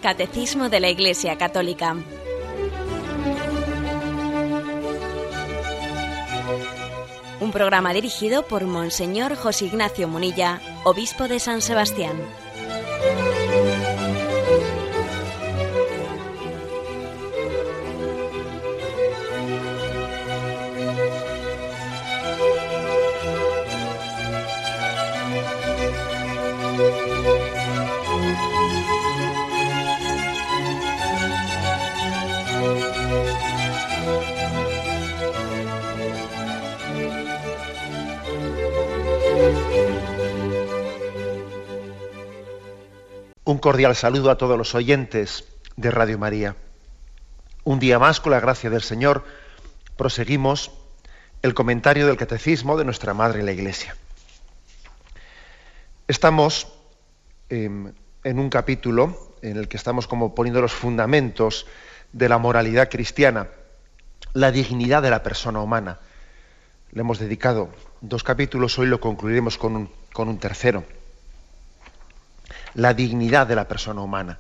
Catecismo de la Iglesia Católica. Un programa dirigido por Monseñor José Ignacio Munilla, obispo de San Sebastián. Un cordial saludo a todos los oyentes de Radio María. Un día más, con la gracia del Señor, proseguimos el comentario del Catecismo de nuestra Madre la Iglesia. Estamos en un capítulo en el que estamos como poniendo los fundamentos de la moralidad cristiana, la dignidad de la persona humana. Le hemos dedicado 2 capítulos, hoy lo concluiremos con un tercero. La dignidad de la persona humana.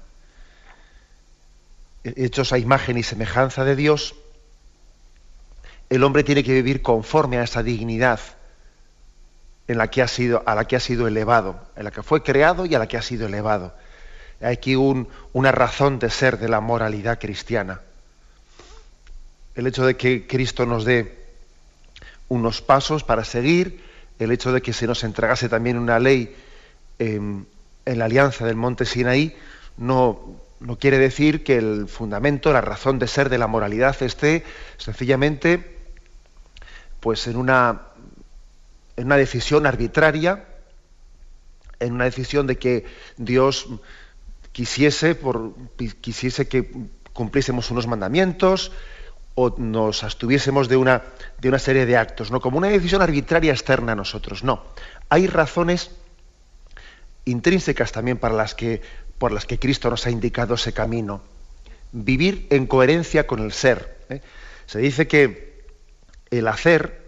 Hechos a imagen y semejanza de Dios, el hombre tiene que vivir conforme a esa dignidad a la que ha sido elevado, en la que fue creado y a la que ha sido elevado. Hay aquí una razón de ser de la moralidad cristiana. El hecho de que Cristo nos dé unos pasos para seguir, el hecho de que se nos entregase también una ley en la alianza del monte Sinaí, no quiere decir que el fundamento, la razón de ser de la moralidad esté sencillamente pues en una decisión arbitraria, en una decisión de que Dios quisiese que cumpliésemos unos mandamientos o nos abstuviésemos de una serie de actos, no como una decisión arbitraria externa a nosotros. No, hay razones intrínsecas también por las que Cristo nos ha indicado ese camino. Vivir en coherencia con el ser. Se dice que el hacer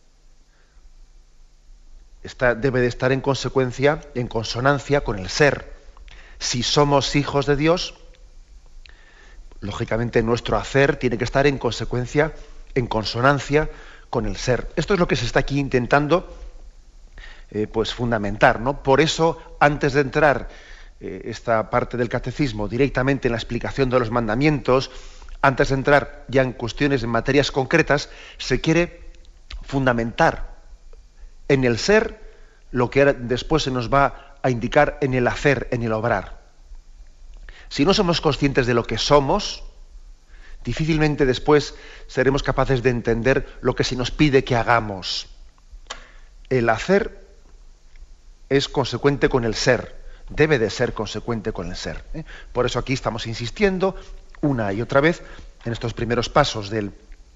debe de estar en consecuencia, en consonancia con el ser. Si somos hijos de Dios, lógicamente nuestro hacer tiene que estar en consecuencia, en consonancia con el ser. Esto es lo que se está aquí intentando pues fundamentar, ¿no? Por eso, antes de entrar esta parte del catecismo directamente en la explicación de los mandamientos, antes de entrar ya en cuestiones, en materias concretas, se quiere fundamentar en el ser lo que después se nos va a indicar en el hacer, en el obrar. Si no somos conscientes de lo que somos, difícilmente después seremos capaces de entender lo que se nos pide que hagamos. El hacer es consecuente con el ser, debe de ser consecuente con el ser. Por eso aquí estamos insistiendo una y otra vez en estos primeros pasos de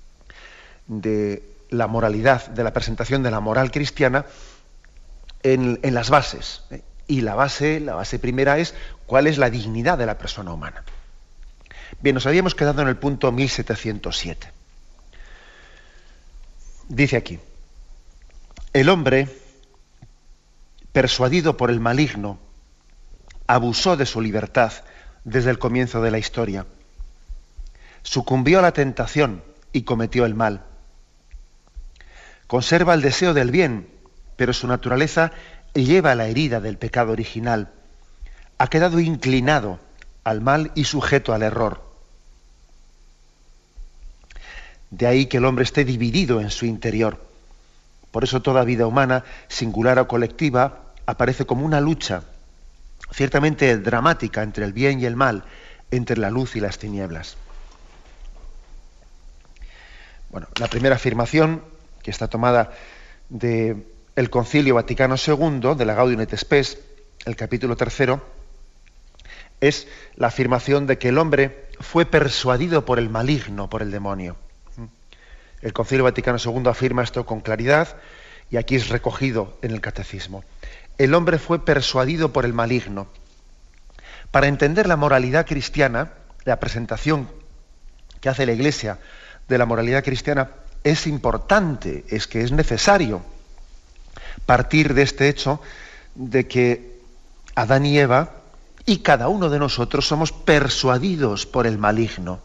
la moralidad, de la presentación de la moral cristiana en las bases. Y la base primera es cuál es la dignidad de la persona humana. Bien, nos habíamos quedado en el punto 1707. Dice aquí: el hombre, persuadido por el maligno, abusó de su libertad desde el comienzo de la historia. Sucumbió a la tentación y cometió el mal. Conserva el deseo del bien, pero su naturaleza lleva la herida del pecado original. Ha quedado inclinado al mal y sujeto al error. De ahí que el hombre esté dividido en su interior. Por eso toda vida humana, singular o colectiva, aparece como una lucha ciertamente dramática entre el bien y el mal, entre la luz y las tinieblas. Bueno, la primera afirmación, que está tomada del Concilio Vaticano II, de la Gaudium et Spes, el capítulo 3, es la afirmación de que el hombre fue persuadido por el maligno, por el demonio. El Concilio Vaticano II afirma esto con claridad y aquí es recogido en el Catecismo. El hombre fue persuadido por el maligno. Para entender la moralidad cristiana, la presentación que hace la Iglesia de la moralidad cristiana, es importante, es necesario partir de este hecho de que Adán y Eva y cada uno de nosotros somos persuadidos por el maligno.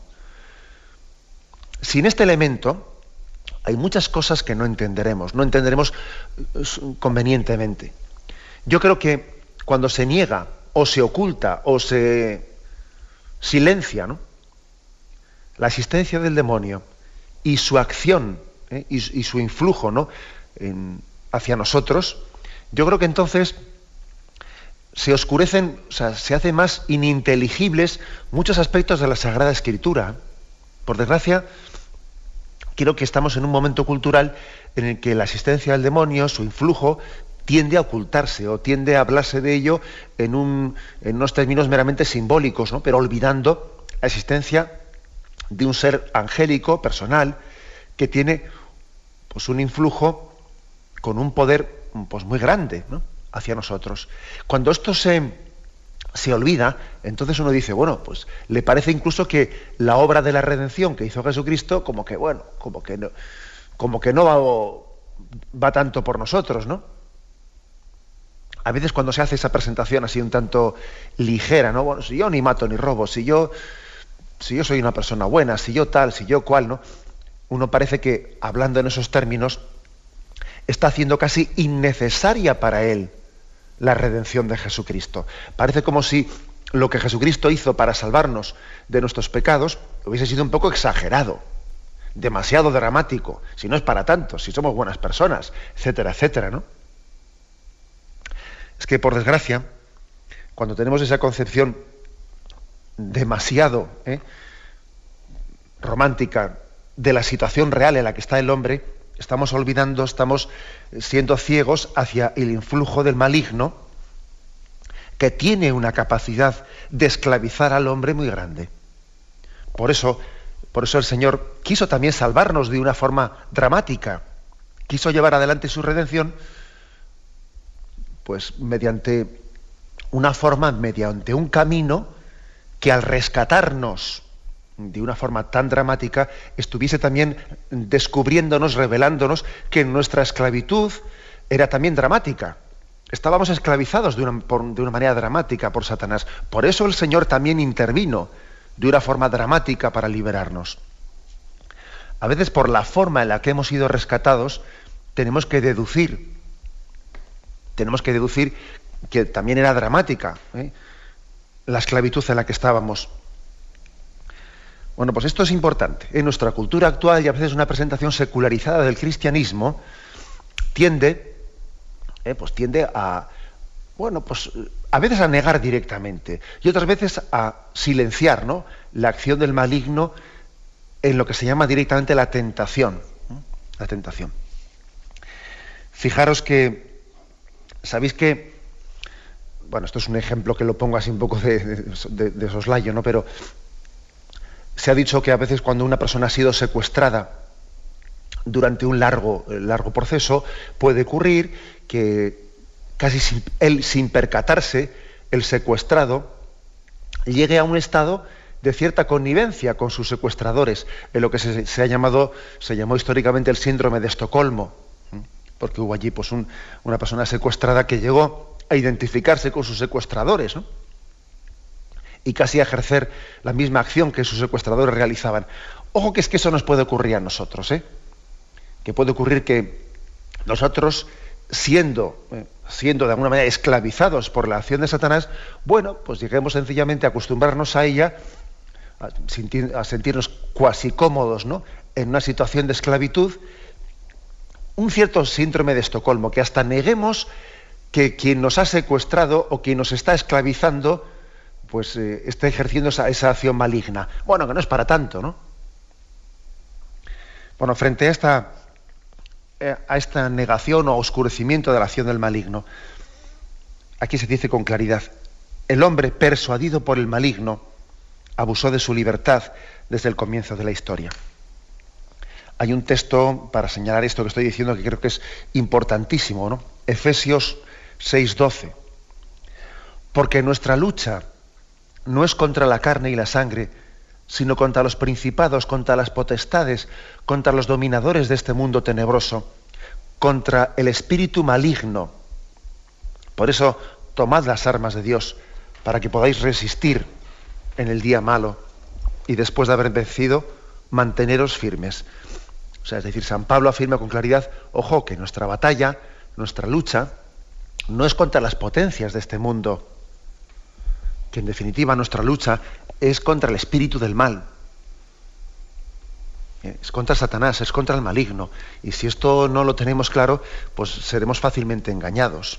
Sin este elemento hay muchas cosas que no entenderemos convenientemente. Yo creo que cuando se niega o se oculta o se silencia, ¿no?, la existencia del demonio y su acción, y su influjo, ¿no?, hacia nosotros, yo creo que entonces se oscurecen, o sea, se hacen más ininteligibles muchos aspectos de la Sagrada Escritura. Por desgracia, creo que estamos en un momento cultural en el que la existencia del demonio, su influjo, tiende a ocultarse o tiende a hablarse de ello en unos términos meramente simbólicos, ¿no?, pero olvidando la existencia de un ser angélico, personal, que tiene pues un influjo con un poder pues muy grande, ¿no?, hacia nosotros. Cuando esto se olvida, entonces uno dice, bueno, pues le parece incluso que la obra de la redención que hizo Jesucristo, como que no va tanto por nosotros, ¿no? A veces cuando se hace esa presentación así un tanto ligera, ¿no? Bueno, si yo ni mato ni robo, si yo soy una persona buena, si yo tal, si yo cual, ¿no? Uno parece que, hablando en esos términos, está haciendo casi innecesaria para él la redención de Jesucristo. Parece como si lo que Jesucristo hizo para salvarnos de nuestros pecados hubiese sido un poco exagerado, demasiado dramático, si no es para tanto, si somos buenas personas, etcétera, etcétera, ¿no? Es que, por desgracia, cuando tenemos esa concepción demasiado romántica de la situación real en la que está el hombre, estamos siendo ciegos hacia el influjo del maligno, que tiene una capacidad de esclavizar al hombre muy grande. Por eso el Señor quiso también salvarnos de una forma dramática. Quiso llevar adelante su redención, pues mediante un camino que, al rescatarnos de una forma tan dramática, estuviese también descubriéndonos, revelándonos que nuestra esclavitud era también dramática. Estábamos esclavizados de una manera dramática por Satanás. Por eso el Señor también intervino de una forma dramática para liberarnos. A veces, por la forma en la que hemos sido rescatados, tenemos que deducir que también era dramática la esclavitud en la que estábamos. Bueno, pues esto es importante. En nuestra cultura actual, y a veces una presentación secularizada del cristianismo, tiende a veces a negar directamente y otras veces a silenciar, ¿no?, la acción del maligno en lo que se llama directamente la tentación. La tentación. Fijaros que, sabéis que, bueno, esto es un ejemplo que lo pongo así un poco de soslayo, ¿no?, pero se ha dicho que a veces cuando una persona ha sido secuestrada durante un largo proceso, puede ocurrir que casi sin percatarse, el secuestrado llegue a un estado de cierta connivencia con sus secuestradores, en lo que se llamó históricamente el síndrome de Estocolmo, porque hubo allí pues una persona secuestrada que llegó a identificarse con sus secuestradores, ¿no?, y casi a ejercer la misma acción que sus secuestradores realizaban. Ojo, que es que eso nos puede ocurrir a nosotros, que puede ocurrir que nosotros, siendo de alguna manera esclavizados por la acción de Satanás, bueno, pues lleguemos sencillamente a acostumbrarnos a ella, a sentirnos cuasi cómodos, ¿no?, en una situación de esclavitud, un cierto síndrome de Estocolmo, que hasta neguemos que quien nos ha secuestrado o quien nos está esclavizando pues está ejerciendo esa acción maligna. Bueno, que no es para tanto, ¿no? Bueno, frente a esta negación o oscurecimiento de la acción del maligno, aquí se dice con claridad: el hombre, persuadido por el maligno, abusó de su libertad desde el comienzo de la historia. Hay un texto para señalar esto que estoy diciendo que creo que es importantísimo, ¿no? Efesios 6:12. Porque nuestra lucha no es contra la carne y la sangre, sino contra los principados, contra las potestades, contra los dominadores de este mundo tenebroso, contra el espíritu maligno. Por eso, tomad las armas de Dios, para que podáis resistir en el día malo y después de haber vencido, manteneros firmes. O sea, es decir, San Pablo afirma con claridad, ojo, que nuestra batalla, nuestra lucha, no es contra las potencias de este mundo, que en definitiva nuestra lucha es contra el espíritu del mal, es contra Satanás, es contra el maligno. Y si esto no lo tenemos claro, pues seremos fácilmente engañados.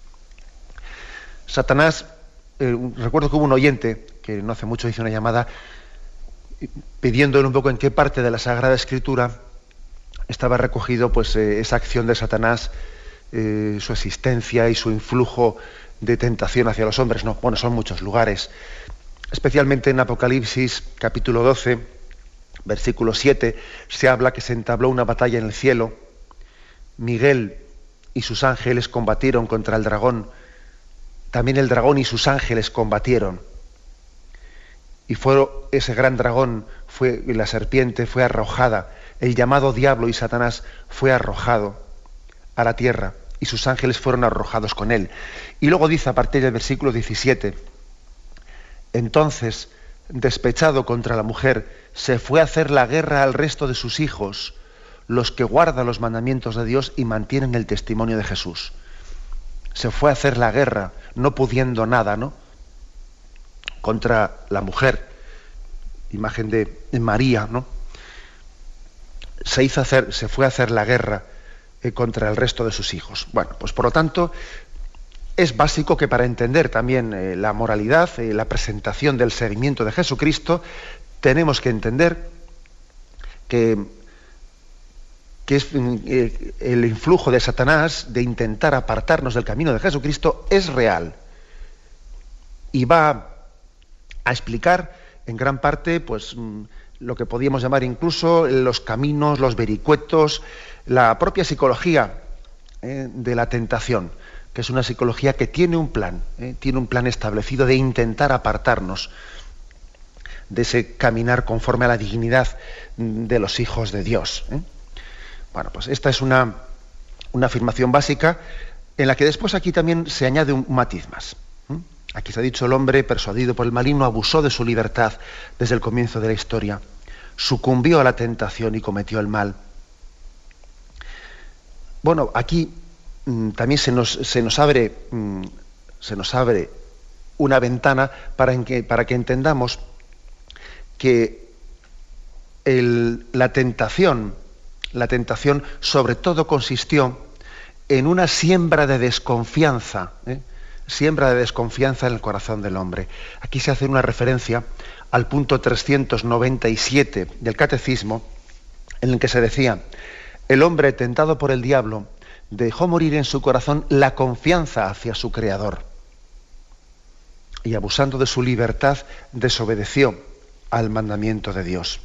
Satanás, recuerdo que hubo un oyente que no hace mucho hizo una llamada pidiéndole un poco en qué parte de la Sagrada Escritura estaba recogido pues esa acción de Satanás, su existencia y su influjo de tentación hacia los hombres. No, bueno, son muchos lugares, especialmente en Apocalipsis capítulo 12, versículo 7, se habla que se entabló una batalla en el cielo. Miguel y sus ángeles combatieron contra el dragón. También el dragón y sus ángeles combatieron. Y ese gran dragón, la serpiente, fue arrojada. El llamado diablo y Satanás fue arrojado a la tierra y sus ángeles fueron arrojados con él. Y luego dice a partir del versículo 17, entonces, despechado contra la mujer, se fue a hacer la guerra al resto de sus hijos, los que guardan los mandamientos de Dios y mantienen el testimonio de Jesús. Se fue a hacer la guerra, no pudiendo nada, ¿no?, contra la mujer, imagen de María, ¿no? Se fue a hacer la guerra contra el resto de sus hijos. Bueno, pues por lo tanto, es básico que para entender también la moralidad, la presentación del seguimiento de Jesucristo, tenemos que entender que es el influjo de Satanás de intentar apartarnos del camino de Jesucristo es real y va a explicar en gran parte pues lo que podríamos llamar incluso los caminos, los vericuetos, la propia psicología de la tentación, que es una psicología que tiene un plan establecido de intentar apartarnos de ese caminar conforme a la dignidad de los hijos de Dios. Bueno, pues esta es una afirmación básica en la que después aquí también se añade un matiz más. Aquí se ha dicho: el hombre persuadido por el maligno abusó de su libertad desde el comienzo de la historia, sucumbió a la tentación y cometió el mal. Bueno, aquí también se nos abre una ventana para que entendamos que la tentación sobre todo consistió en una siembra de desconfianza, siembra de desconfianza en el corazón del hombre. Aquí se hace una referencia al punto 397 del Catecismo, en el que se decía: el hombre tentado por el diablo dejó morir en su corazón la confianza hacia su Creador y, abusando de su libertad, desobedeció al mandamiento de Dios.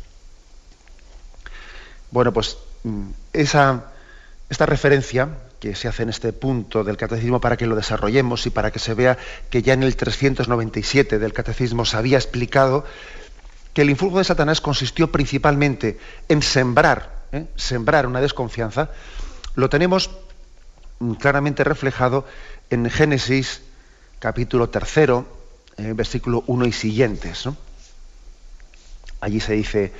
Bueno, pues esta referencia que se hace en este punto del Catecismo, para que lo desarrollemos y para que se vea que ya en el 397 del Catecismo se había explicado que el influjo de Satanás consistió principalmente en sembrar una desconfianza, lo tenemos claramente reflejado en Génesis capítulo 3, versículo 1 y siguientes, ¿no? Allí se dice: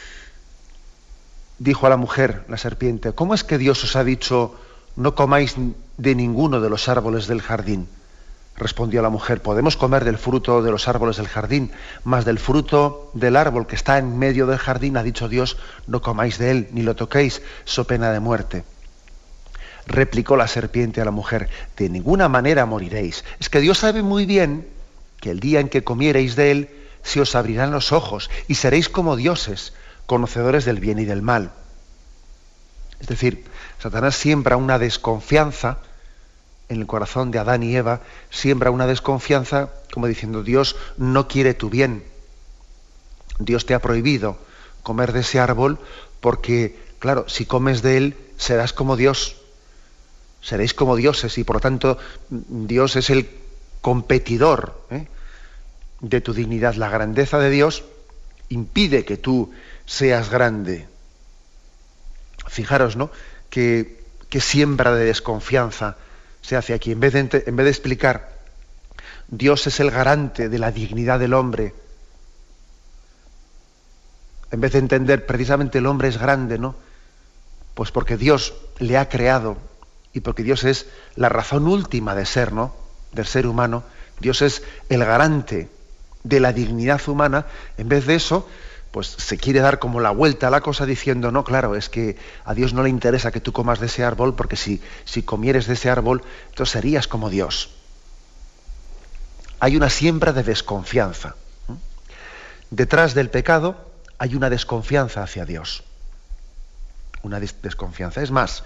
dijo a la mujer la serpiente, ¿cómo es que Dios os ha dicho no comáis de ninguno de los árboles del jardín? Respondió la mujer: podemos comer del fruto de los árboles del jardín, mas del fruto del árbol que está en medio del jardín ha dicho Dios, no comáis de él, ni lo toquéis, so pena de muerte. Replicó la serpiente a la mujer: de ninguna manera moriréis. Es que Dios sabe muy bien que el día en que comiereis de él, se os abrirán los ojos y seréis como dioses, conocedores del bien y del mal. Es decir, Satanás siembra una desconfianza en el corazón de Adán y Eva, siembra una desconfianza como diciendo: Dios no quiere tu bien. Dios te ha prohibido comer de ese árbol porque, claro, si comes de él serás como Dios, seréis como dioses, y por lo tanto Dios es el competidor de tu dignidad. La grandeza de Dios impide que tú seas grande. Fijaros, ¿no?, que siembra de desconfianza se hace aquí. En vez de explicar Dios es el garante de la dignidad del hombre. En vez de entender precisamente el hombre es grande, ¿no? Pues porque Dios le ha creado y porque Dios es la razón última de ser, ¿no? Del ser humano. Dios es el garante de la dignidad humana. En vez de eso, pues se quiere dar como la vuelta a la cosa diciendo, no, claro, es que a Dios no le interesa que tú comas de ese árbol, porque si comieres de ese árbol, entonces serías como Dios. Hay una siembra de desconfianza. Detrás del pecado hay una desconfianza hacia Dios. Una desconfianza. Es más,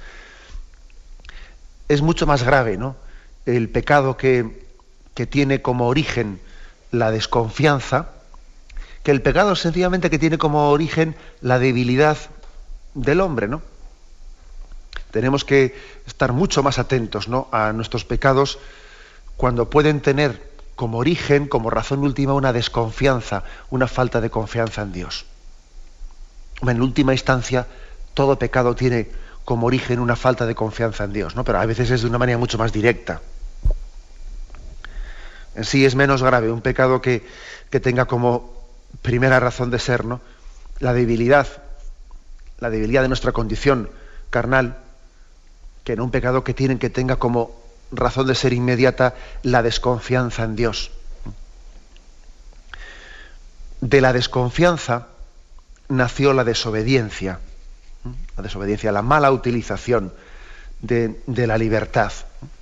es mucho más grave, ¿no? El pecado que tiene como origen la desconfianza, que el pecado sencillamente que tiene como origen la debilidad del hombre, ¿no? Tenemos que estar mucho más atentos, ¿no?, a nuestros pecados cuando pueden tener como origen, como razón última, una desconfianza, una falta de confianza en Dios. En última instancia, todo pecado tiene como origen una falta de confianza en Dios, ¿no? Pero a veces es de una manera mucho más directa. En sí es menos grave un pecado que tenga como primera razón de ser, ¿no?, la debilidad de nuestra condición carnal, que en un pecado que tenga como razón de ser inmediata la desconfianza en Dios. De la desconfianza nació la desobediencia, la mala utilización de la libertad.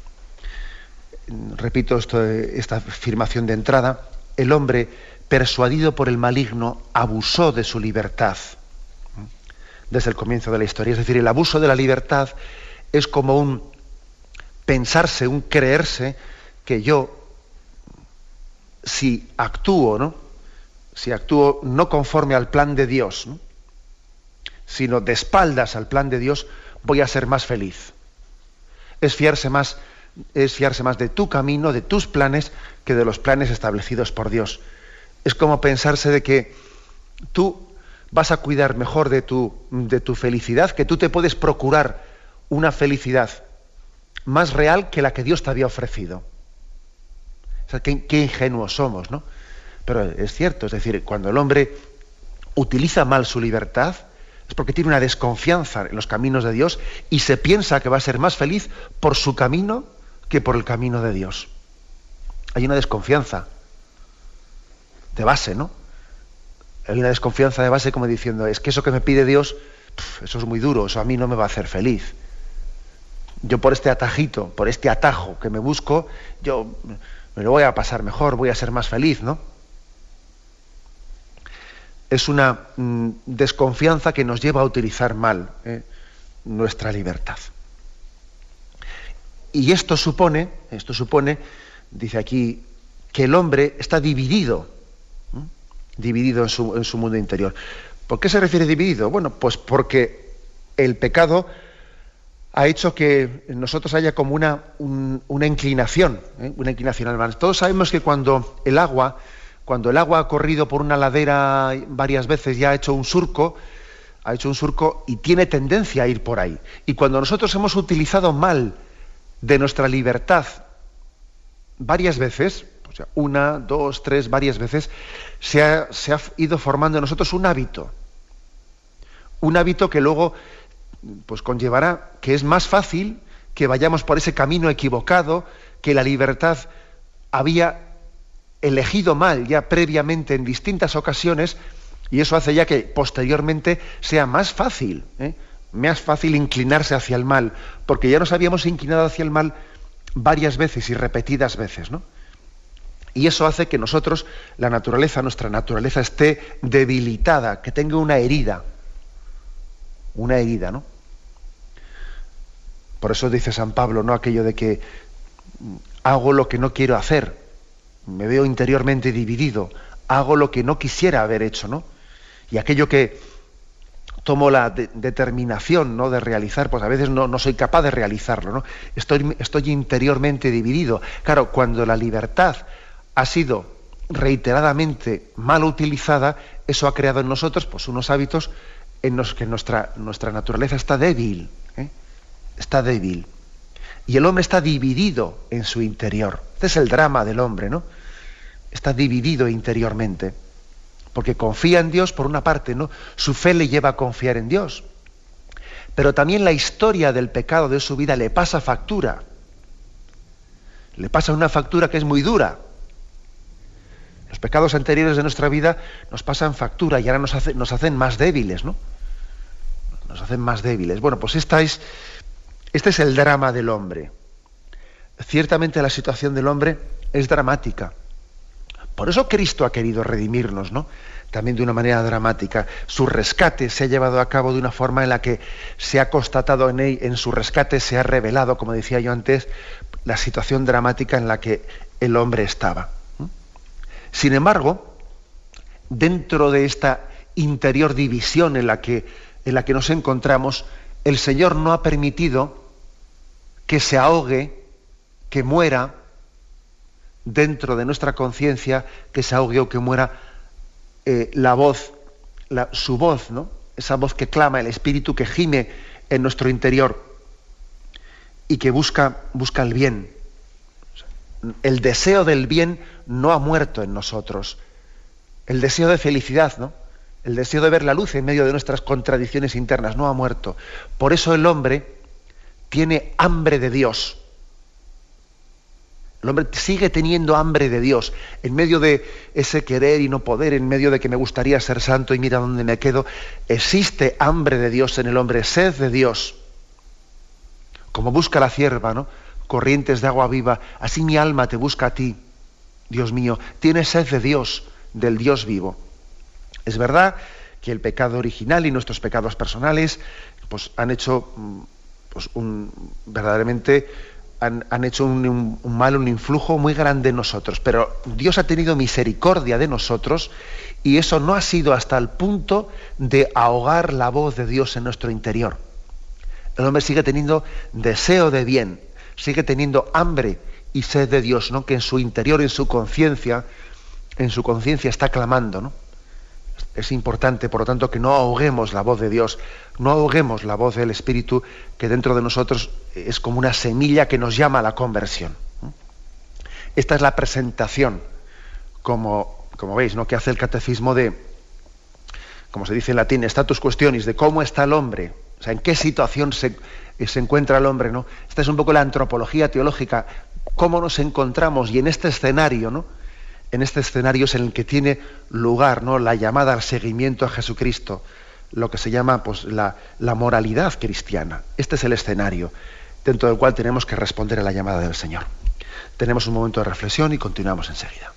Repito esta afirmación de entrada: el hombre, persuadido por el maligno, abusó de su libertad desde el comienzo de la historia. Es decir, el abuso de la libertad es como un pensarse, un creerse que yo, si actúo no conforme al plan de Dios, ¿no?, sino de espaldas al plan de Dios, voy a ser más feliz. Es fiarse más de tu camino, de tus planes, que de los planes establecidos por Dios. Es como pensarse de que tú vas a cuidar mejor de tu felicidad, que tú te puedes procurar una felicidad más real que la que Dios te había ofrecido. O sea, qué ingenuos somos, ¿no? Pero es cierto, es decir, cuando el hombre utiliza mal su libertad, es porque tiene una desconfianza en los caminos de Dios y se piensa que va a ser más feliz por su camino que por el camino de Dios. Hay una desconfianza de base, ¿no? Hay una desconfianza de base como diciendo, es que eso que me pide Dios, eso es muy duro, eso a mí no me va a hacer feliz. Yo por este atajito, por este atajo que me busco, yo me lo voy a pasar mejor, voy a ser más feliz, ¿no? Es una desconfianza que nos lleva a utilizar mal nuestra libertad. Y esto supone, dice aquí, que el hombre está dividido en su mundo interior. ¿Por qué se refiere dividido? Bueno, pues porque el pecado ha hecho que en nosotros haya como una inclinación al mal. Todos sabemos que cuando el agua ha corrido por una ladera varias veces y ha hecho un surco y tiene tendencia a ir por ahí. Y cuando nosotros hemos utilizado mal de nuestra libertad varias veces, o sea, 1, 2, 3, varias veces, se ha ido formando en nosotros un hábito que luego pues conllevará que es más fácil que vayamos por ese camino equivocado que la libertad había elegido mal ya previamente en distintas ocasiones, y eso hace ya que posteriormente sea más fácil inclinarse hacia el mal, porque ya nos habíamos inclinado hacia el mal varias veces y repetidas veces, ¿no? Y eso hace que nosotros, nuestra naturaleza esté debilitada, que tenga una herida, ¿no? Por eso dice San Pablo, ¿no?, aquello de que hago lo que no quiero hacer, me veo interiormente dividido, hago lo que no quisiera haber hecho, ¿no? Y aquello que tomo la determinación, ¿no?, de realizar, pues a veces no soy capaz de realizarlo, ¿no? Estoy interiormente dividido. Claro, cuando la libertad ha sido reiteradamente mal utilizada, eso ha creado en nosotros pues unos hábitos en los que nuestra naturaleza está débil, está débil. Y el hombre está dividido en su interior. Este es el drama del hombre, ¿no? Está dividido interiormente. Porque confía en Dios por una parte, ¿no? Su fe le lleva a confiar en Dios. Pero también la historia del pecado de su vida le pasa factura. Le pasa una factura que es muy dura. Los pecados anteriores de nuestra vida nos pasan factura y ahora nos hacen más débiles, ¿no? Nos hacen más débiles. Bueno, pues este es el drama del hombre. Ciertamente la situación del hombre es dramática. Por eso Cristo ha querido redimirnos, ¿no? También de una manera dramática. Su rescate se ha llevado a cabo de una forma en la que se ha constatado en su rescate se ha revelado, como decía yo antes, la situación dramática en la que el hombre estaba. Sin embargo, dentro de esta interior división en la que nos encontramos, el Señor no ha permitido que se ahogue, que muera dentro de nuestra conciencia, que se ahogue o que muera la voz, su voz, ¿no? Esa voz que clama, el espíritu que gime en nuestro interior y que busca el bien. El deseo del bien no ha muerto en nosotros. El deseo de felicidad, ¿no? El deseo de ver la luz en medio de nuestras contradicciones internas no ha muerto. Por eso el hombre tiene hambre de Dios. El hombre sigue teniendo hambre de Dios. En medio de ese querer y no poder, en medio de que me gustaría ser santo y mira dónde me quedo, existe hambre de Dios en el hombre, sed de Dios. Como busca la cierva, ¿no? Corrientes de agua viva, así mi alma te busca a ti, Dios mío. Tiene sed de Dios, del Dios vivo. Es verdad que el pecado original y nuestros pecados personales pues, han hecho verdaderamente han hecho un mal, un influjo muy grande en nosotros, pero Dios ha tenido misericordia de nosotros y eso no ha sido hasta el punto de ahogar la voz de Dios en nuestro interior. El hombre sigue teniendo deseo de bien, sigue teniendo hambre y sed de Dios, ¿no? Que en su interior, en su conciencia está clamando, ¿no? Es importante, por lo tanto, que no ahoguemos la voz de Dios, no ahoguemos la voz del Espíritu que dentro de nosotros es como una semilla que nos llama a la conversión. Esta es la presentación, como veis, ¿no? Que hace el catecismo de, como se dice en latín, status questionis, de cómo está el hombre, o sea, en qué situación se encuentra el hombre, ¿no? Esta es un poco la antropología teológica, cómo nos encontramos y en este escenario, ¿no? En este escenario es en el que tiene lugar, ¿no? La llamada al seguimiento a Jesucristo, lo que se llama pues, la moralidad cristiana. Este es el escenario dentro del cual tenemos que responder a la llamada del Señor. Tenemos un momento de reflexión y continuamos enseguida.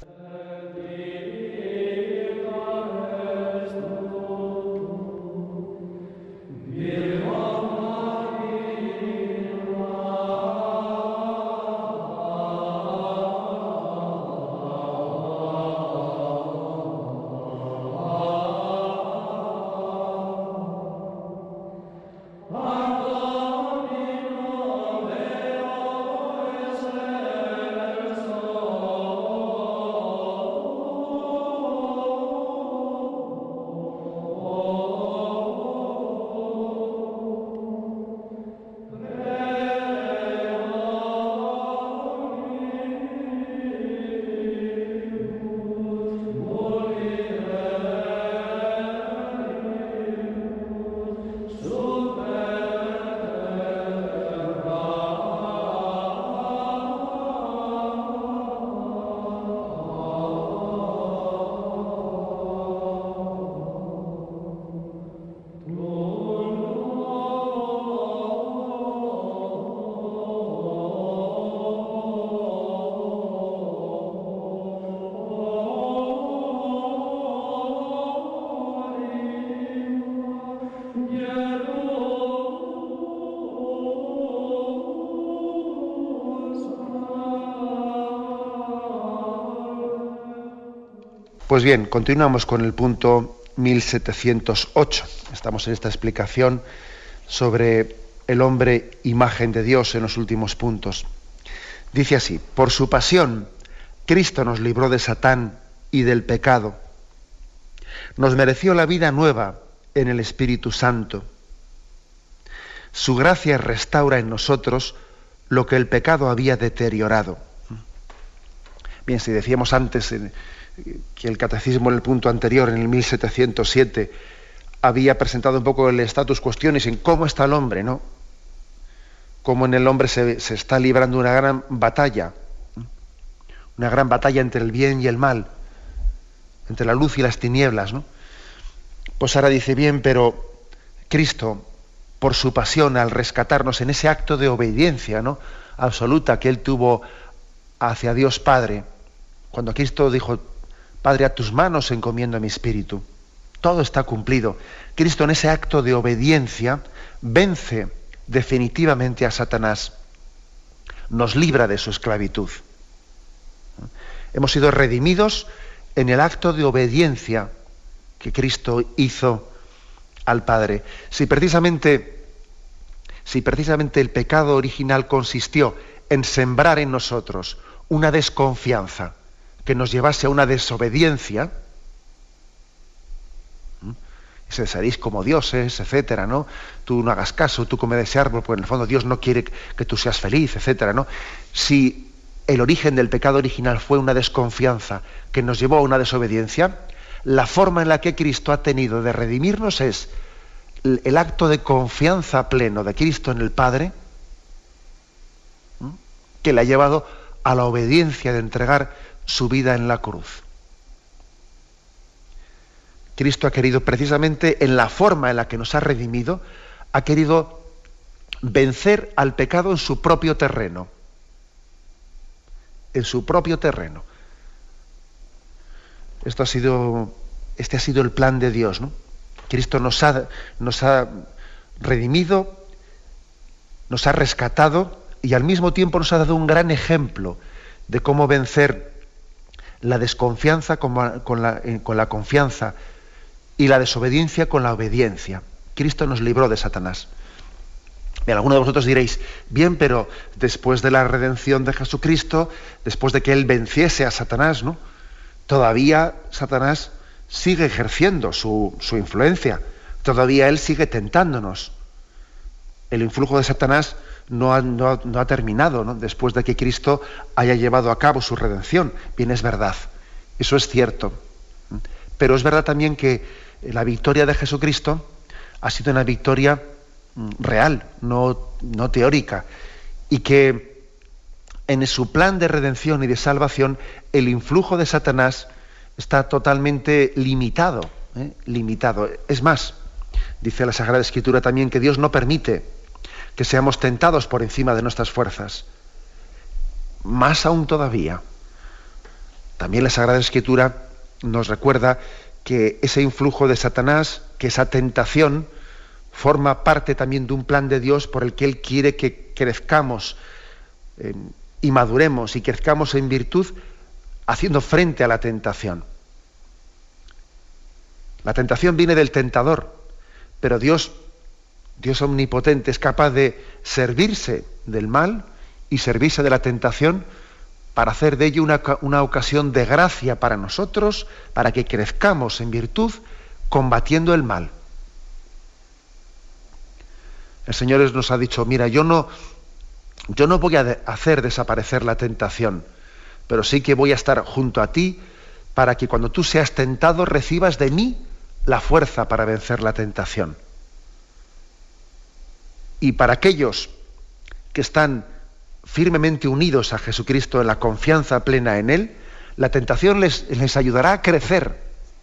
Pues bien, continuamos con el punto 1708. Estamos en esta explicación sobre el hombre imagen de Dios en los últimos puntos. Dice así: por su pasión, Cristo nos libró de Satán y del pecado. Nos mereció la vida nueva en el Espíritu Santo. Su gracia restaura en nosotros lo que el pecado había deteriorado. Bien, si decíamos antes que el catecismo en el punto anterior, en el 1707, había presentado un poco el status questionis en cómo está el hombre, ¿no? Cómo en el hombre se está librando una gran batalla entre el bien y el mal, entre la luz y las tinieblas, ¿no? Pues ahora dice, bien, pero Cristo, por su pasión, al rescatarnos en ese acto de obediencia, ¿no?, absoluta que él tuvo hacia Dios Padre, cuando Cristo dijo, Padre, a tus manos encomiendo mi espíritu, todo está cumplido. Cristo en ese acto de obediencia vence definitivamente a Satanás, nos libra de su esclavitud. Hemos sido redimidos en el acto de obediencia que Cristo hizo al Padre. Si precisamente el pecado original consistió en sembrar en nosotros una desconfianza que nos llevase a una desobediencia, seréis como dioses, etcétera, ¿no? Tú no hagas caso, tú come de ese árbol, porque en el fondo Dios no quiere que tú seas feliz, etcétera, ¿no? Si el origen del pecado original fue una desconfianza que nos llevó a una desobediencia, la forma en la que Cristo ha tenido de redimirnos es el acto de confianza pleno de Cristo en el Padre, que le ha llevado a la obediencia de entregar su vida en la cruz. Cristo ha querido, precisamente en la forma en la que nos ha redimido, ha querido vencer al pecado en su propio terreno. En su propio terreno. Este ha sido el plan de Dios, ¿no? Cristo nos ha redimido, nos ha rescatado y al mismo tiempo nos ha dado un gran ejemplo de cómo vencer la desconfianza con la confianza y la desobediencia con la obediencia. Cristo nos libró de Satanás. Bien, algunos de vosotros diréis, bien, pero después de la redención de Jesucristo, después de que Él venciese a Satanás, ¿no?, todavía Satanás sigue ejerciendo su influencia, todavía él sigue tentándonos. El influjo de Satanás no ha terminado, ¿no?, después de que Cristo haya llevado a cabo su redención. Bien, es verdad, eso es cierto. Pero es verdad también que la victoria de Jesucristo ha sido una victoria real, no teórica, y que en su plan de redención y de salvación el influjo de Satanás está totalmente limitado. Es más, dice la Sagrada Escritura también que Dios no permite que seamos tentados por encima de nuestras fuerzas. Más aún todavía, también la Sagrada Escritura nos recuerda que ese influjo de Satanás, que esa tentación, forma parte también de un plan de Dios por el que Él quiere que crezcamos y maduremos y crezcamos en virtud haciendo frente a la tentación. La tentación viene del tentador, pero Dios omnipotente es capaz de servirse del mal y servirse de la tentación para hacer de ello una ocasión de gracia para nosotros, para que crezcamos en virtud combatiendo el mal. El Señor nos ha dicho, mira, yo no voy a hacer desaparecer la tentación, pero sí que voy a estar junto a ti para que cuando tú seas tentado recibas de mí la fuerza para vencer la tentación. Y para aquellos que están firmemente unidos a Jesucristo en la confianza plena en Él, la tentación les ayudará a crecer.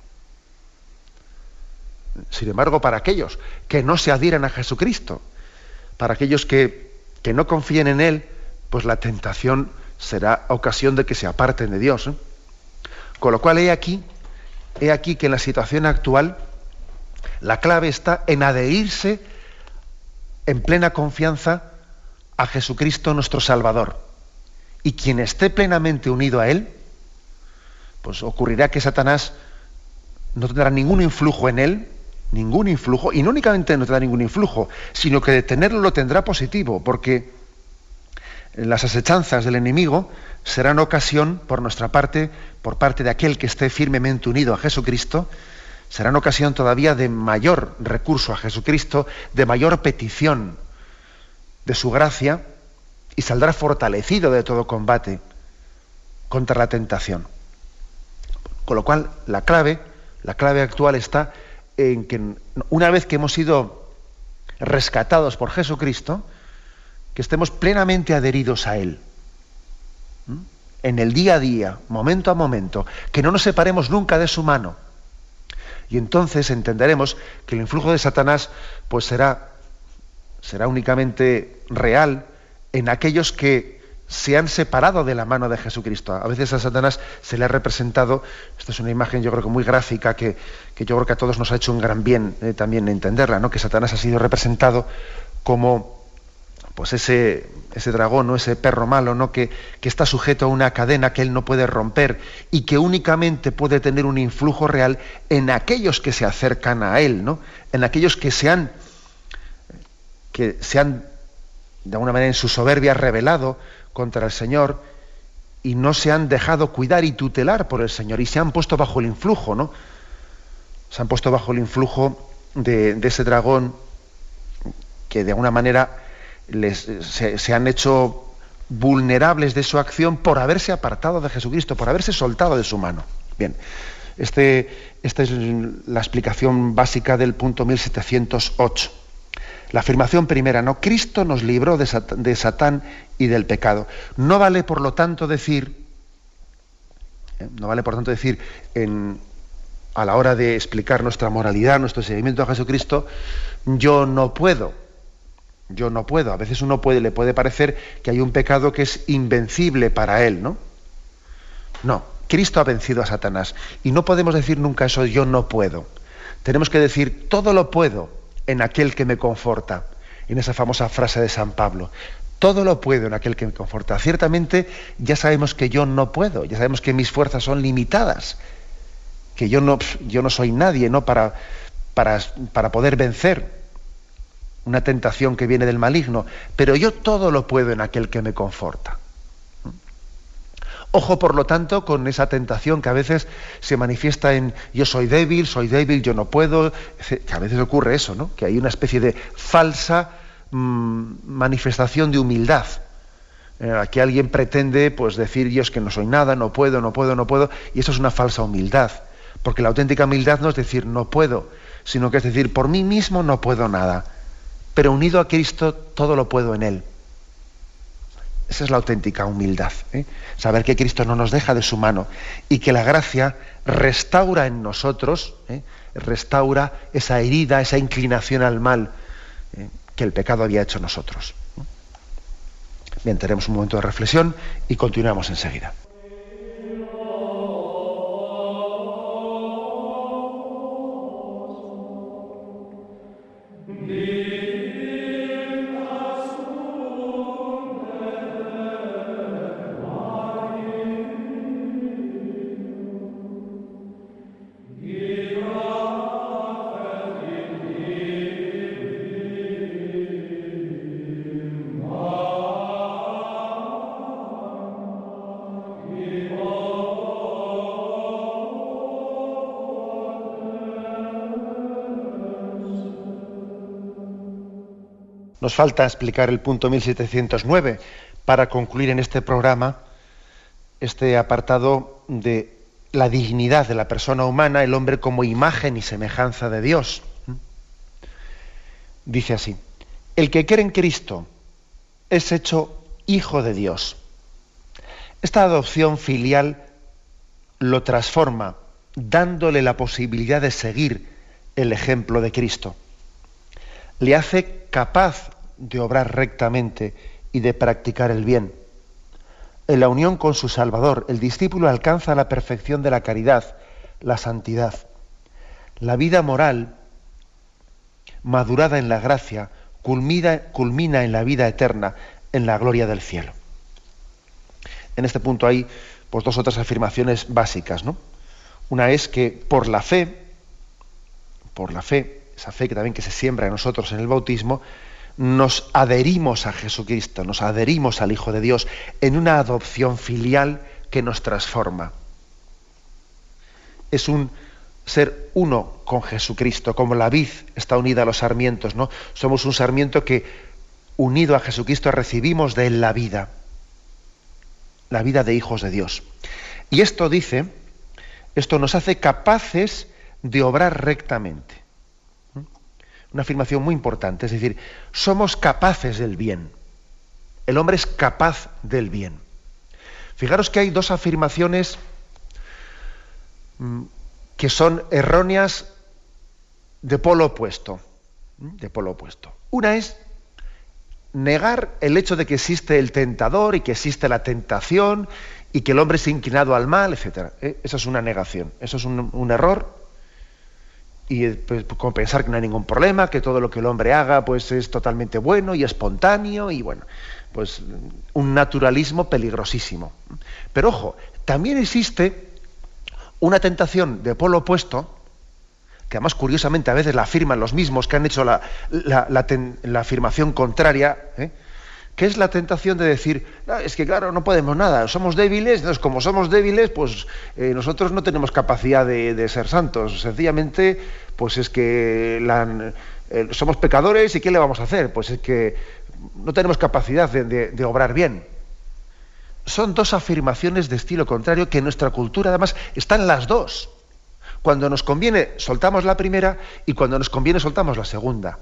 Sin embargo, para aquellos que no se adhieran a Jesucristo, para aquellos que no confíen en Él, pues la tentación será ocasión de que se aparten de Dios, ¿eh? Con lo cual he aquí que en la situación actual la clave está en adherirse en plena confianza a Jesucristo nuestro Salvador. Y quien esté plenamente unido a Él, pues ocurrirá que Satanás no tendrá ningún influjo en él, ningún influjo, y no únicamente no tendrá ningún influjo, sino que de tenerlo lo tendrá positivo, porque las asechanzas del enemigo serán ocasión por nuestra parte, por parte de aquel que esté firmemente unido a Jesucristo, serán ocasión todavía de mayor recurso a Jesucristo, de mayor petición de su gracia, y saldrá fortalecido de todo combate contra la tentación. Con lo cual, la clave actual está en que una vez que hemos sido rescatados por Jesucristo, que estemos plenamente adheridos a Él. En el día a día, momento a momento, que no nos separemos nunca de su mano. Y entonces entenderemos que el influjo de Satanás pues será únicamente real en aquellos que se han separado de la mano de Jesucristo. A veces a Satanás se le ha representado, esta es una imagen yo creo que muy gráfica, que yo creo que a todos nos ha hecho un gran bien también entenderla, ¿no? Que Satanás ha sido representado como pues ese dragón, ¿no? Ese perro malo, ¿no? Que está sujeto a una cadena que él no puede romper y que únicamente puede tener un influjo real en aquellos que se acercan a él, ¿no? En aquellos que se han de alguna manera en su soberbia rebelado contra el Señor y no se han dejado cuidar y tutelar por el Señor y se han puesto bajo el influjo, ¿no? Se han puesto bajo el influjo de ese dragón que de alguna manera se han hecho vulnerables de su acción por haberse apartado de Jesucristo, por haberse soltado de su mano. Bien, esta es la explicación básica del punto 1708. La afirmación primera, ¿no? Cristo nos libró de Satán y del pecado. No vale, por lo tanto, decir, a la hora de explicar nuestra moralidad, nuestro seguimiento a Jesucristo, yo no puedo. A veces le puede parecer que hay un pecado que es invencible para él, ¿no? No, Cristo ha vencido a Satanás. Y no podemos decir nunca eso, yo no puedo. Tenemos que decir, todo lo puedo en aquel que me conforta. En esa famosa frase de San Pablo. Todo lo puedo en aquel que me conforta. Ciertamente ya sabemos que yo no puedo, ya sabemos que mis fuerzas son limitadas, que yo no soy nadie, ¿no? para poder vencer una tentación que viene del maligno, pero yo todo lo puedo en aquel que me conforta. Ojo, por lo tanto, con esa tentación que a veces se manifiesta en yo soy débil, yo no puedo, que a veces ocurre eso, ¿no? Que hay una especie de falsa manifestación de humildad. Aquí alguien pretende pues decir yo es que no soy nada, no puedo, y eso es una falsa humildad, porque la auténtica humildad no es decir no puedo, sino que es decir por mí mismo no puedo nada, pero unido a Cristo todo lo puedo en Él. Esa es la auténtica humildad, ¿eh? Saber que Cristo no nos deja de su mano y que la gracia restaura en nosotros, restaura esa herida, esa inclinación al mal que el pecado había hecho en nosotros. Bien, tenemos un momento de reflexión y continuamos enseguida. Nos falta explicar el punto 1709 para concluir en este programa este apartado de la dignidad de la persona humana, el hombre como imagen y semejanza de Dios. Dice así: el que cree en Cristo es hecho hijo de Dios. Esta adopción filial lo transforma, dándole la posibilidad de seguir el ejemplo de Cristo. Le hace capaz de obrar rectamente y de practicar el bien. En la unión con su Salvador, el discípulo alcanza la perfección de la caridad, la santidad. La vida moral, madurada en la gracia, culmina en la vida eterna, en la gloria del cielo. En este punto hay pues, dos otras afirmaciones básicas, ¿no? Una es que por la fe, esa fe que también que se siembra en nosotros en el bautismo, nos adherimos a Jesucristo, nos adherimos al Hijo de Dios en una adopción filial que nos transforma. Es un ser uno con Jesucristo, como la vid está unida a los sarmientos, ¿no? Somos un sarmiento que unido a Jesucristo, recibimos de él la vida de hijos de Dios. Y esto nos hace capaces de obrar rectamente. Una afirmación muy importante, es decir, somos capaces del bien. El hombre es capaz del bien. Fijaros que hay dos afirmaciones que son erróneas de polo opuesto. Una es negar el hecho de que existe el tentador y que existe la tentación y que el hombre es inclinado al mal, etc. Eso es una negación, eso es un error. Y pues, como pensar que no hay ningún problema, que todo lo que el hombre haga pues es totalmente bueno y espontáneo, y bueno, pues un naturalismo peligrosísimo. Pero ojo, también existe una tentación de polo opuesto, que además curiosamente a veces la afirman los mismos que han hecho la afirmación contraria, que es la tentación de decir, es que claro, no podemos nada, somos débiles, entonces como somos débiles, pues nosotros no tenemos capacidad de ser santos, sencillamente pues es que somos pecadores y ¿qué le vamos a hacer? Pues es que no tenemos capacidad de obrar bien. Son dos afirmaciones de estilo contrario que en nuestra cultura además están las dos. Cuando nos conviene soltamos la primera y cuando nos conviene soltamos la segunda.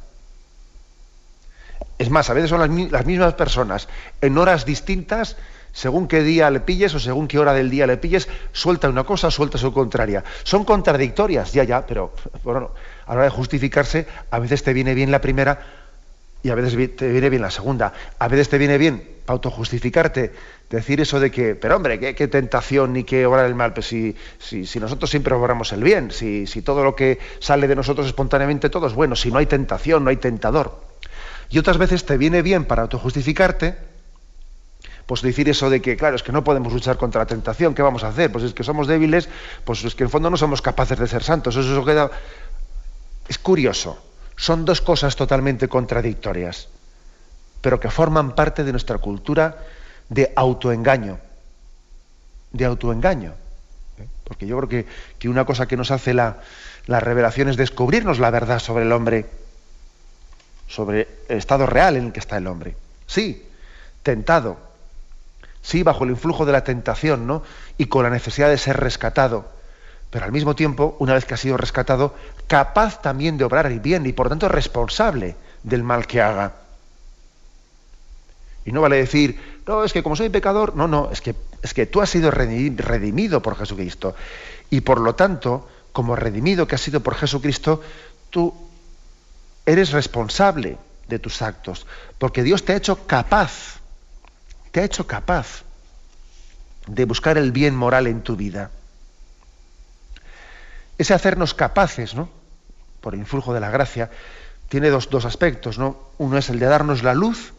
Es más, a veces son las mismas personas, en horas distintas, según qué día le pilles o según qué hora del día le pilles, suelta una cosa, suelta su contraria. Son contradictorias, ya, pero bueno, a la hora de justificarse, a veces te viene bien la primera y a veces te viene bien la segunda. A veces te viene bien, para autojustificarte, decir eso de que, pero hombre, qué tentación ni qué obrar el mal, pues si nosotros siempre obramos el bien, si todo lo que sale de nosotros espontáneamente todo es bueno, si no hay tentación, no hay tentador. Y otras veces te viene bien para autojustificarte, pues decir eso de que, claro, es que no podemos luchar contra la tentación, ¿qué vamos a hacer? Pues es que somos débiles, pues es que en el fondo no somos capaces de ser santos. Eso queda... Es curioso, son dos cosas totalmente contradictorias, pero que forman parte de nuestra cultura de autoengaño. Porque yo creo que una cosa que nos hace la revelación es descubrirnos la verdad sobre el hombre, sobre el estado real en el que está el hombre. Sí, tentado, sí, bajo el influjo de la tentación, ¿no? Y con la necesidad de ser rescatado, pero al mismo tiempo, una vez que ha sido rescatado, capaz también de obrar el bien y por tanto responsable del mal que haga. Y no vale decir, no, es que como soy pecador, no, es que tú has sido redimido por Jesucristo. Y por lo tanto, como redimido que has sido por Jesucristo, tú eres responsable de tus actos, porque Dios te ha hecho capaz de buscar el bien moral en tu vida. Ese hacernos capaces, ¿no?, por el influjo de la gracia, tiene dos aspectos, ¿no? Uno es el de darnos la luz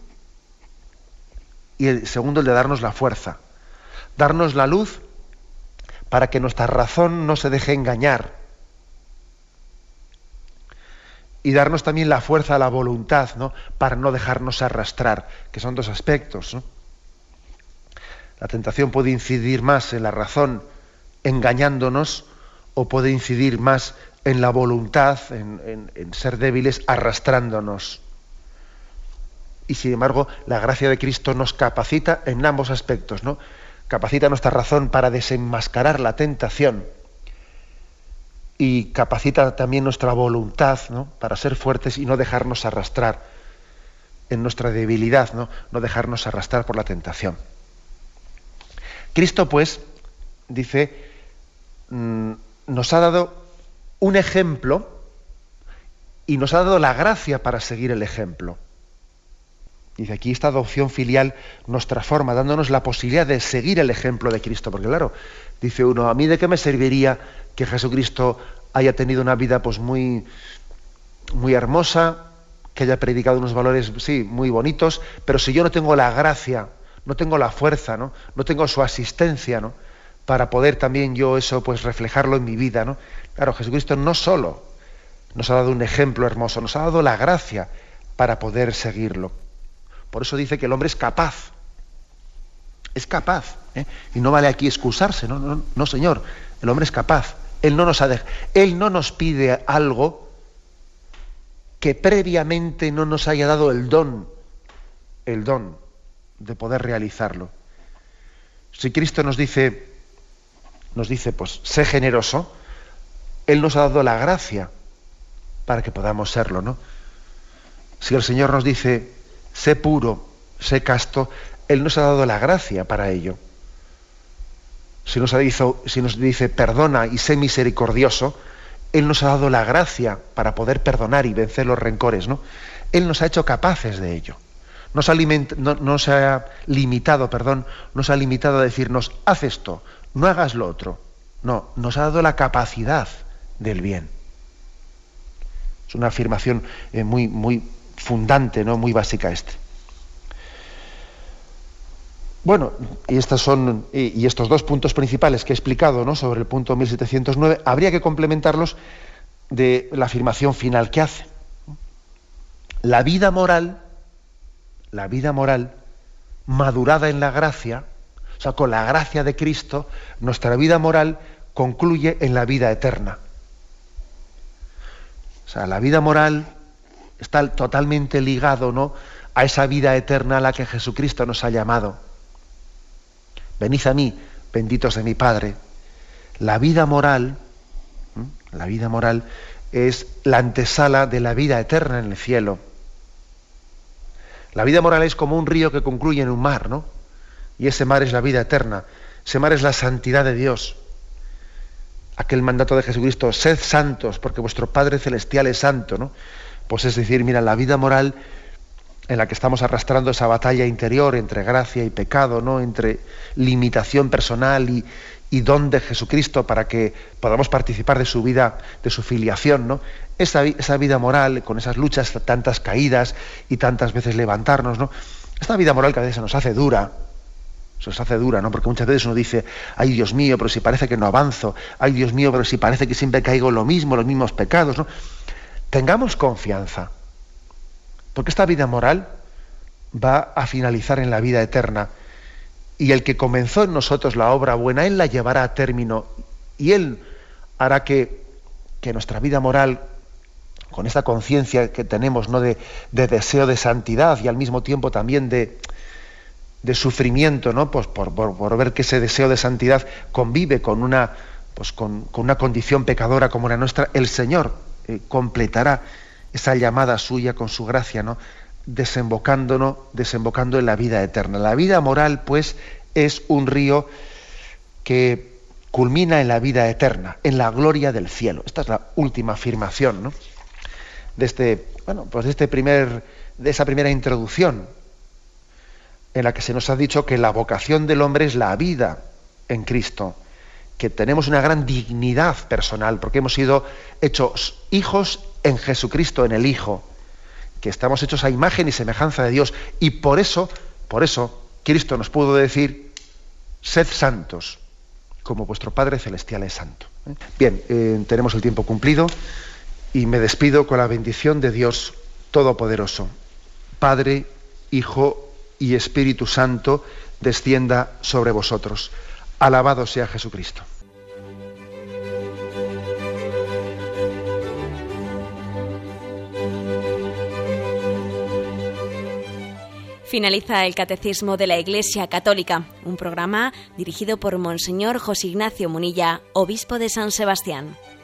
y el segundo el de darnos la fuerza. Darnos la luz para que nuestra razón no se deje engañar. Y darnos también la fuerza a la voluntad, ¿no?, para no dejarnos arrastrar, que son dos aspectos, ¿no? La tentación puede incidir más en la razón engañándonos o puede incidir más en la voluntad, en ser débiles, arrastrándonos. Y sin embargo, la gracia de Cristo nos capacita en ambos aspectos, ¿no? Capacita nuestra razón para desenmascarar la tentación y capacita también nuestra voluntad, ¿no?, para ser fuertes y no dejarnos arrastrar en nuestra debilidad, no dejarnos arrastrar por la tentación. Cristo, pues, dice, nos ha dado un ejemplo y nos ha dado la gracia para seguir el ejemplo. Dice, aquí esta adopción filial nos transforma, dándonos la posibilidad de seguir el ejemplo de Cristo. Porque claro, dice uno, ¿a mí de qué me serviría que Jesucristo haya tenido una vida pues muy, muy hermosa, que haya predicado unos valores, sí, muy bonitos, pero si yo no tengo la gracia, no tengo la fuerza, no tengo su asistencia, ¿no?, para poder también yo eso pues reflejarlo en mi vida, ¿no? Claro, Jesucristo no solo nos ha dado un ejemplo hermoso, nos ha dado la gracia para poder seguirlo. Por eso dice que el hombre es capaz, y no vale aquí excusarse, no, Señor, el hombre es capaz. Él no nos pide algo que previamente no nos haya dado el don el don de poder realizarlo. Si Cristo nos dice, pues, sé generoso, Él nos ha dado la gracia para que podamos serlo, ¿no? Si el Señor nos dice, sé puro, sé casto, Él nos ha dado la gracia para ello. Si nos dice, perdona y sé misericordioso, Él nos ha dado la gracia para poder perdonar y vencer los rencores, ¿no? Él nos ha hecho capaces de ello. No se ha limitado a decirnos, haz esto, no hagas lo otro. No, nos ha dado la capacidad del bien. Es una afirmación muy, muy fundante, ¿no? Muy básica esta. Bueno, y estos dos puntos principales que he explicado, ¿no?, sobre el punto 1709, habría que complementarlos de la afirmación final que hace. La vida moral madurada en la gracia, o sea, con la gracia de Cristo, nuestra vida moral concluye en la vida eterna. O sea, la vida moral está totalmente ligado, ¿no?, a esa vida eterna a la que Jesucristo nos ha llamado. Venid a mí, benditos de mi Padre. La vida moral es la antesala de la vida eterna en el cielo. La vida moral es como un río que concluye en un mar, ¿no? Y ese mar es la vida eterna. Ese mar es la santidad de Dios. Aquel mandato de Jesucristo, sed santos, porque vuestro Padre Celestial es santo, ¿no? Pues es decir, mira, la vida moral en la que estamos arrastrando esa batalla interior entre gracia y pecado, ¿no?, entre limitación personal y don de Jesucristo para que podamos participar de su vida, de su filiación, ¿no? Esa vida moral, con esas luchas, tantas caídas y tantas veces levantarnos, ¿no? Esta vida moral que a veces se nos hace dura, ¿no? Porque muchas veces uno dice, ay Dios mío, pero si parece que no avanzo, ay Dios mío, pero si parece que siempre caigo en lo mismo, los mismos pecados, ¿no? Tengamos confianza, porque esta vida moral va a finalizar en la vida eterna, y el que comenzó en nosotros la obra buena, Él la llevará a término, y Él hará que nuestra vida moral, con esta conciencia que tenemos, ¿no?, de deseo de santidad y al mismo tiempo también de sufrimiento, ¿no?, pues por ver que ese deseo de santidad convive con una condición pecadora como la nuestra, el Señor completará esa llamada suya con su gracia, ¿no?, desembocando en la vida eterna. La vida moral, pues, es un río que culmina en la vida eterna, en la gloria del cielo. Esta es la última afirmación, ¿no?, de esa primera introducción, en la que se nos ha dicho que la vocación del hombre es la vida en Cristo, que tenemos una gran dignidad personal, porque hemos sido hechos hijos en Jesucristo, en el Hijo, que estamos hechos a imagen y semejanza de Dios, y por eso Cristo nos pudo decir, sed santos, como vuestro Padre Celestial es santo. Bien, tenemos el tiempo cumplido, y me despido con la bendición de Dios Todopoderoso. Padre, Hijo y Espíritu Santo, descienda sobre vosotros. Alabado sea Jesucristo. Finaliza el Catecismo de la Iglesia Católica, un programa dirigido por Monseñor José Ignacio Munilla, obispo de San Sebastián.